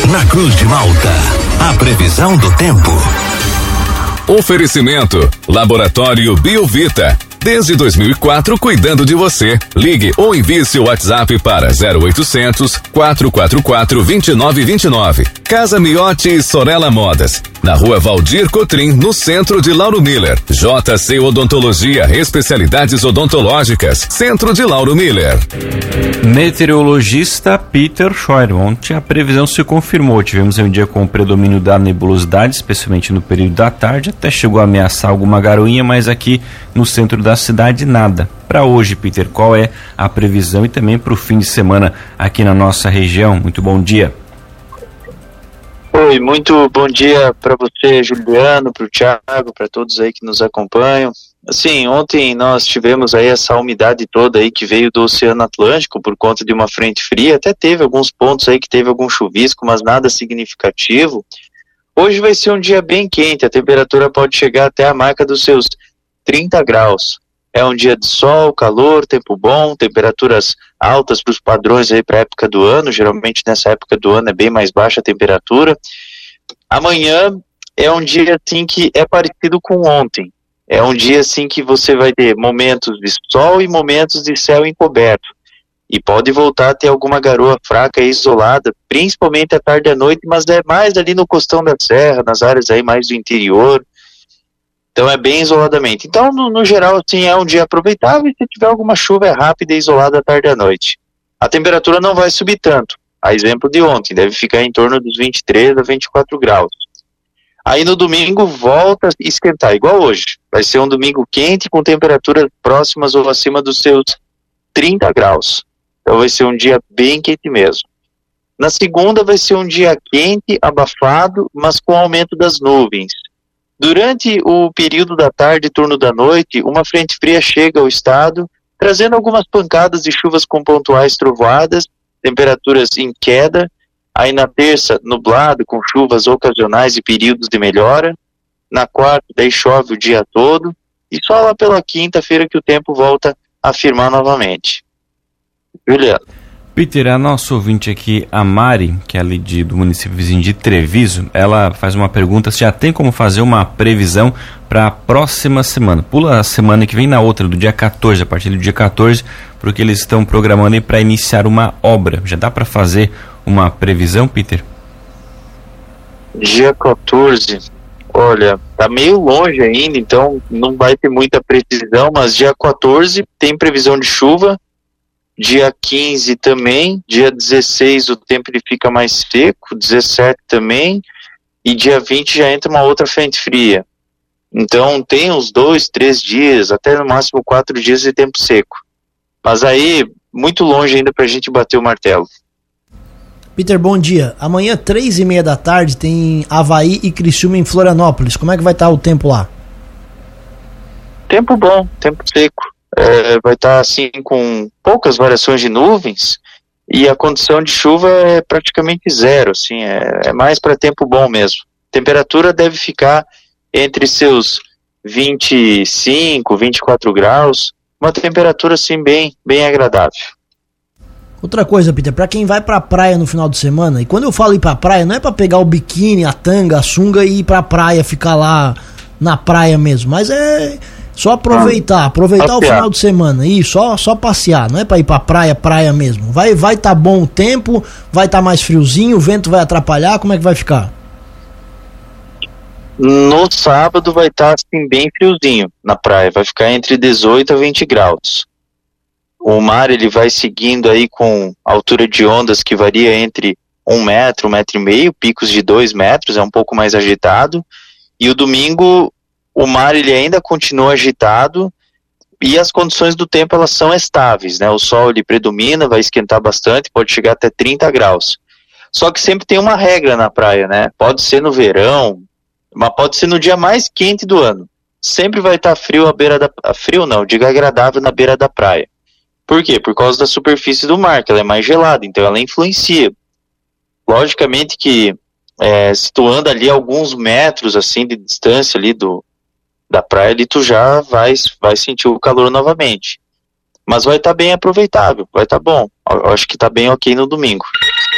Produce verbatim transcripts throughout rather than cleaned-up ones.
Na Cruz de Malta, a previsão do tempo. Oferecimento: Laboratório Biovita. Desde dois mil e quatro, cuidando de você. Ligue ou envie seu WhatsApp para zero oitocentos, quatrocentos e quarenta e quatro, vinte e nove vinte e nove. Casa Miotti e Sorella Modas. Na rua Valdir Cotrim, no centro de Lauro Miller. J C Odontologia, especialidades odontológicas. Centro de Lauro Miller. Meteorologista Peter Scheuer. Ontem a previsão se confirmou. Tivemos um dia com o predomínio da nebulosidade, especialmente no período da tarde. Até chegou a ameaçar alguma garoinha, mas aqui no centro da cidade nada. Para hoje, Peter, qual é a previsão e também para o fim de semana aqui na nossa região? Muito bom dia. Oi, muito bom dia para você, Juliano, para o Thiago, para todos aí que nos acompanham. Assim, ontem nós tivemos aí essa umidade toda aí que veio do Oceano Atlântico por conta de uma frente fria, até teve alguns pontos aí que teve algum chuvisco, mas nada significativo. Hoje vai ser um dia bem quente, a temperatura pode chegar até a marca dos seus trinta graus. É um dia de sol, calor, tempo bom, temperaturas altas para os padrões aí para a época do ano. Geralmente nessa época do ano é bem mais baixa a temperatura. Amanhã é um dia assim que é parecido com ontem. É um dia assim que você vai ter momentos de sol e momentos de céu encoberto. E pode voltar a ter alguma garoa fraca e isolada, principalmente à tarde e à noite, mas é mais ali no costão da serra, nas áreas aí mais do interior. Então é bem isoladamente. Então, no, no geral, assim, é um dia aproveitável e se tiver alguma chuva é rápida e isolada à tarde e à noite. A temperatura não vai subir tanto. A exemplo de ontem, deve ficar em torno dos vinte e três a vinte e quatro graus. Aí no domingo volta a esquentar, igual hoje. Vai ser um domingo quente com temperaturas próximas ou acima dos seus trinta graus. Então vai ser um dia bem quente mesmo. Na segunda vai ser um dia quente, abafado, mas com aumento das nuvens. Durante o período da tarde e turno da noite, uma frente fria chega ao estado, trazendo algumas pancadas de chuvas com pontuais trovoadas, temperaturas em queda. Aí na terça, nublado, com chuvas ocasionais e períodos de melhora. Na quarta, daí chove o dia todo. E só lá pela quinta-feira que o tempo volta a firmar novamente. Juliano. Peter, a nossa ouvinte aqui, a Mari, que é ali de, do município vizinho de Treviso, ela faz uma pergunta se já tem como fazer uma previsão para a próxima semana. Pula a semana que vem na outra, do dia quatorze, a partir do dia quatorze, porque eles estão programando aí para iniciar uma obra. Já dá para fazer uma previsão, Peter? Dia quatorze, olha, tá meio longe ainda, então não vai ter muita precisão, mas dia quatorze tem previsão de chuva. Dia quinze também, dia dezesseis o tempo ele fica mais seco, dezessete também, e dia vinte já entra uma outra frente fria. Então tem uns dois, três dias, até no máximo quatro dias de tempo seco. Mas aí, muito longe ainda pra gente bater o martelo. Peter, bom dia. Amanhã, três e meia da tarde, tem Avaí e Criciúma em Florianópolis. Como é que vai estar o tempo lá? Tempo bom, tempo seco. É, vai estar assim com poucas variações de nuvens e a condição de chuva é praticamente zero, assim, é, é mais para tempo bom mesmo. Temperatura deve ficar entre seus vinte e cinco, vinte e quatro graus, uma temperatura assim bem, bem agradável. Outra coisa, Peter, para quem vai pra praia no final de semana, e quando eu falo ir pra praia, não é para pegar o biquíni, a tanga, a sunga e ir pra praia, ficar lá na praia mesmo, mas é só aproveitar, aproveitar passear. O final de semana, e só, só passear, não é pra ir pra praia, praia mesmo. Vai vai tá bom o tempo, vai tá mais friozinho, o vento vai atrapalhar, como é que vai ficar? No sábado vai estar assim bem friozinho na praia, vai ficar entre dezoito a vinte graus. O mar ele vai seguindo aí com altura de ondas que varia entre um metro, um metro e meio, picos de dois metros, é um pouco mais agitado. E o domingo o mar ele ainda continua agitado e as condições do tempo elas são estáveis, né? O sol ele predomina, vai esquentar bastante, pode chegar até trinta graus. Só que sempre tem uma regra na praia, né? Pode ser no verão, mas pode ser no dia mais quente do ano. Sempre vai estar frio à beira da frio não, diga agradável na beira da praia. Por quê? Por causa da superfície do mar, que ela é mais gelada, então ela influencia. Logicamente que é, se tu anda ali alguns metros assim de distância ali do da praia, ali tu já vai, vai sentir o calor novamente. Mas vai estar tá bem aproveitável, vai estar tá bom. Eu acho que está bem ok no domingo.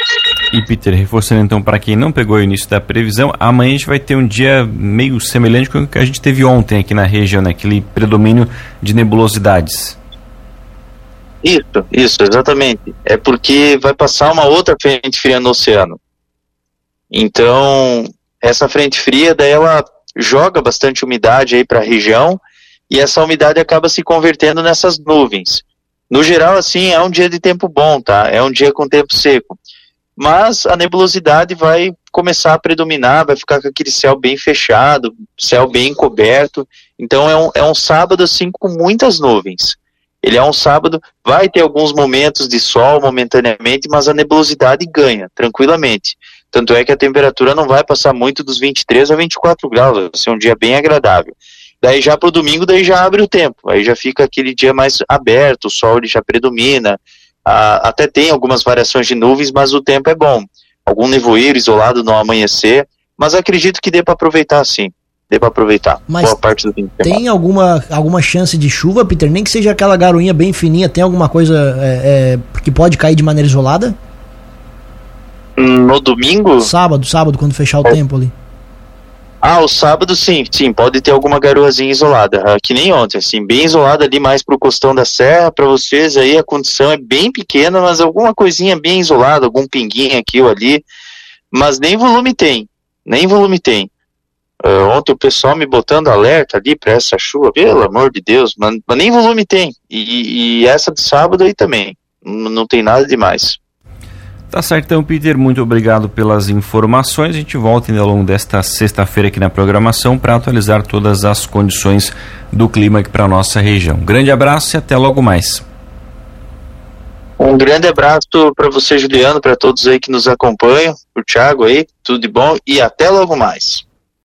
E Peter, reforçando então para quem não pegou o início da previsão, amanhã a gente vai ter um dia meio semelhante com o que a gente teve ontem aqui na região, né? Aquele predomínio de nebulosidades. Isso, isso, exatamente. É porque vai passar uma outra frente fria no oceano. Então, essa frente fria, daí ela joga bastante umidade aí para a região e essa umidade acaba se convertendo nessas nuvens. No geral, assim, é um dia de tempo bom, tá? É um dia com tempo seco. Mas a nebulosidade vai começar a predominar, vai ficar com aquele céu bem fechado, céu bem coberto. Então é um, é um sábado assim com muitas nuvens. Ele é um sábado, vai ter alguns momentos de sol momentaneamente, mas a nebulosidade ganha, tranquilamente. Tanto é que a temperatura não vai passar muito dos vinte e três a vinte e quatro graus, vai ser um dia bem agradável. Daí já para o domingo, daí já abre o tempo, aí já fica aquele dia mais aberto, o sol ele já predomina. Ah, até tem algumas variações de nuvens, mas o tempo é bom. Algum nevoeiro isolado no amanhecer, mas acredito que dê para aproveitar sim. Dê para aproveitar. Mas boa parte do tempo. Tem alguma, alguma chance de chuva, Peter? Nem que seja aquela garoinha bem fininha, tem alguma coisa é, é, que pode cair de maneira isolada? No domingo? Sábado, sábado, quando fechar o é. tempo ali. Ah, o sábado sim, sim, pode ter alguma garoazinha isolada, ah, que nem ontem, assim, bem isolada ali mais pro costão da serra, para vocês aí a condição é bem pequena, mas alguma coisinha bem isolada, algum pinguinho aqui ou ali, mas nem volume tem, nem volume tem. Uh, ontem o pessoal me botando alerta ali para essa chuva, pelo amor de Deus, mas, mas nem volume tem, e, e essa de sábado aí também, não, não tem nada demais. Tá certo, então, Peter, muito obrigado pelas informações. A gente volta ainda ao longo desta sexta-feira aqui na programação para atualizar todas as condições do clima aqui para a nossa região. Grande abraço e até logo mais. Um grande abraço para você, Juliano, para todos aí que nos acompanham, pro Thiago aí, tudo de bom e até logo mais.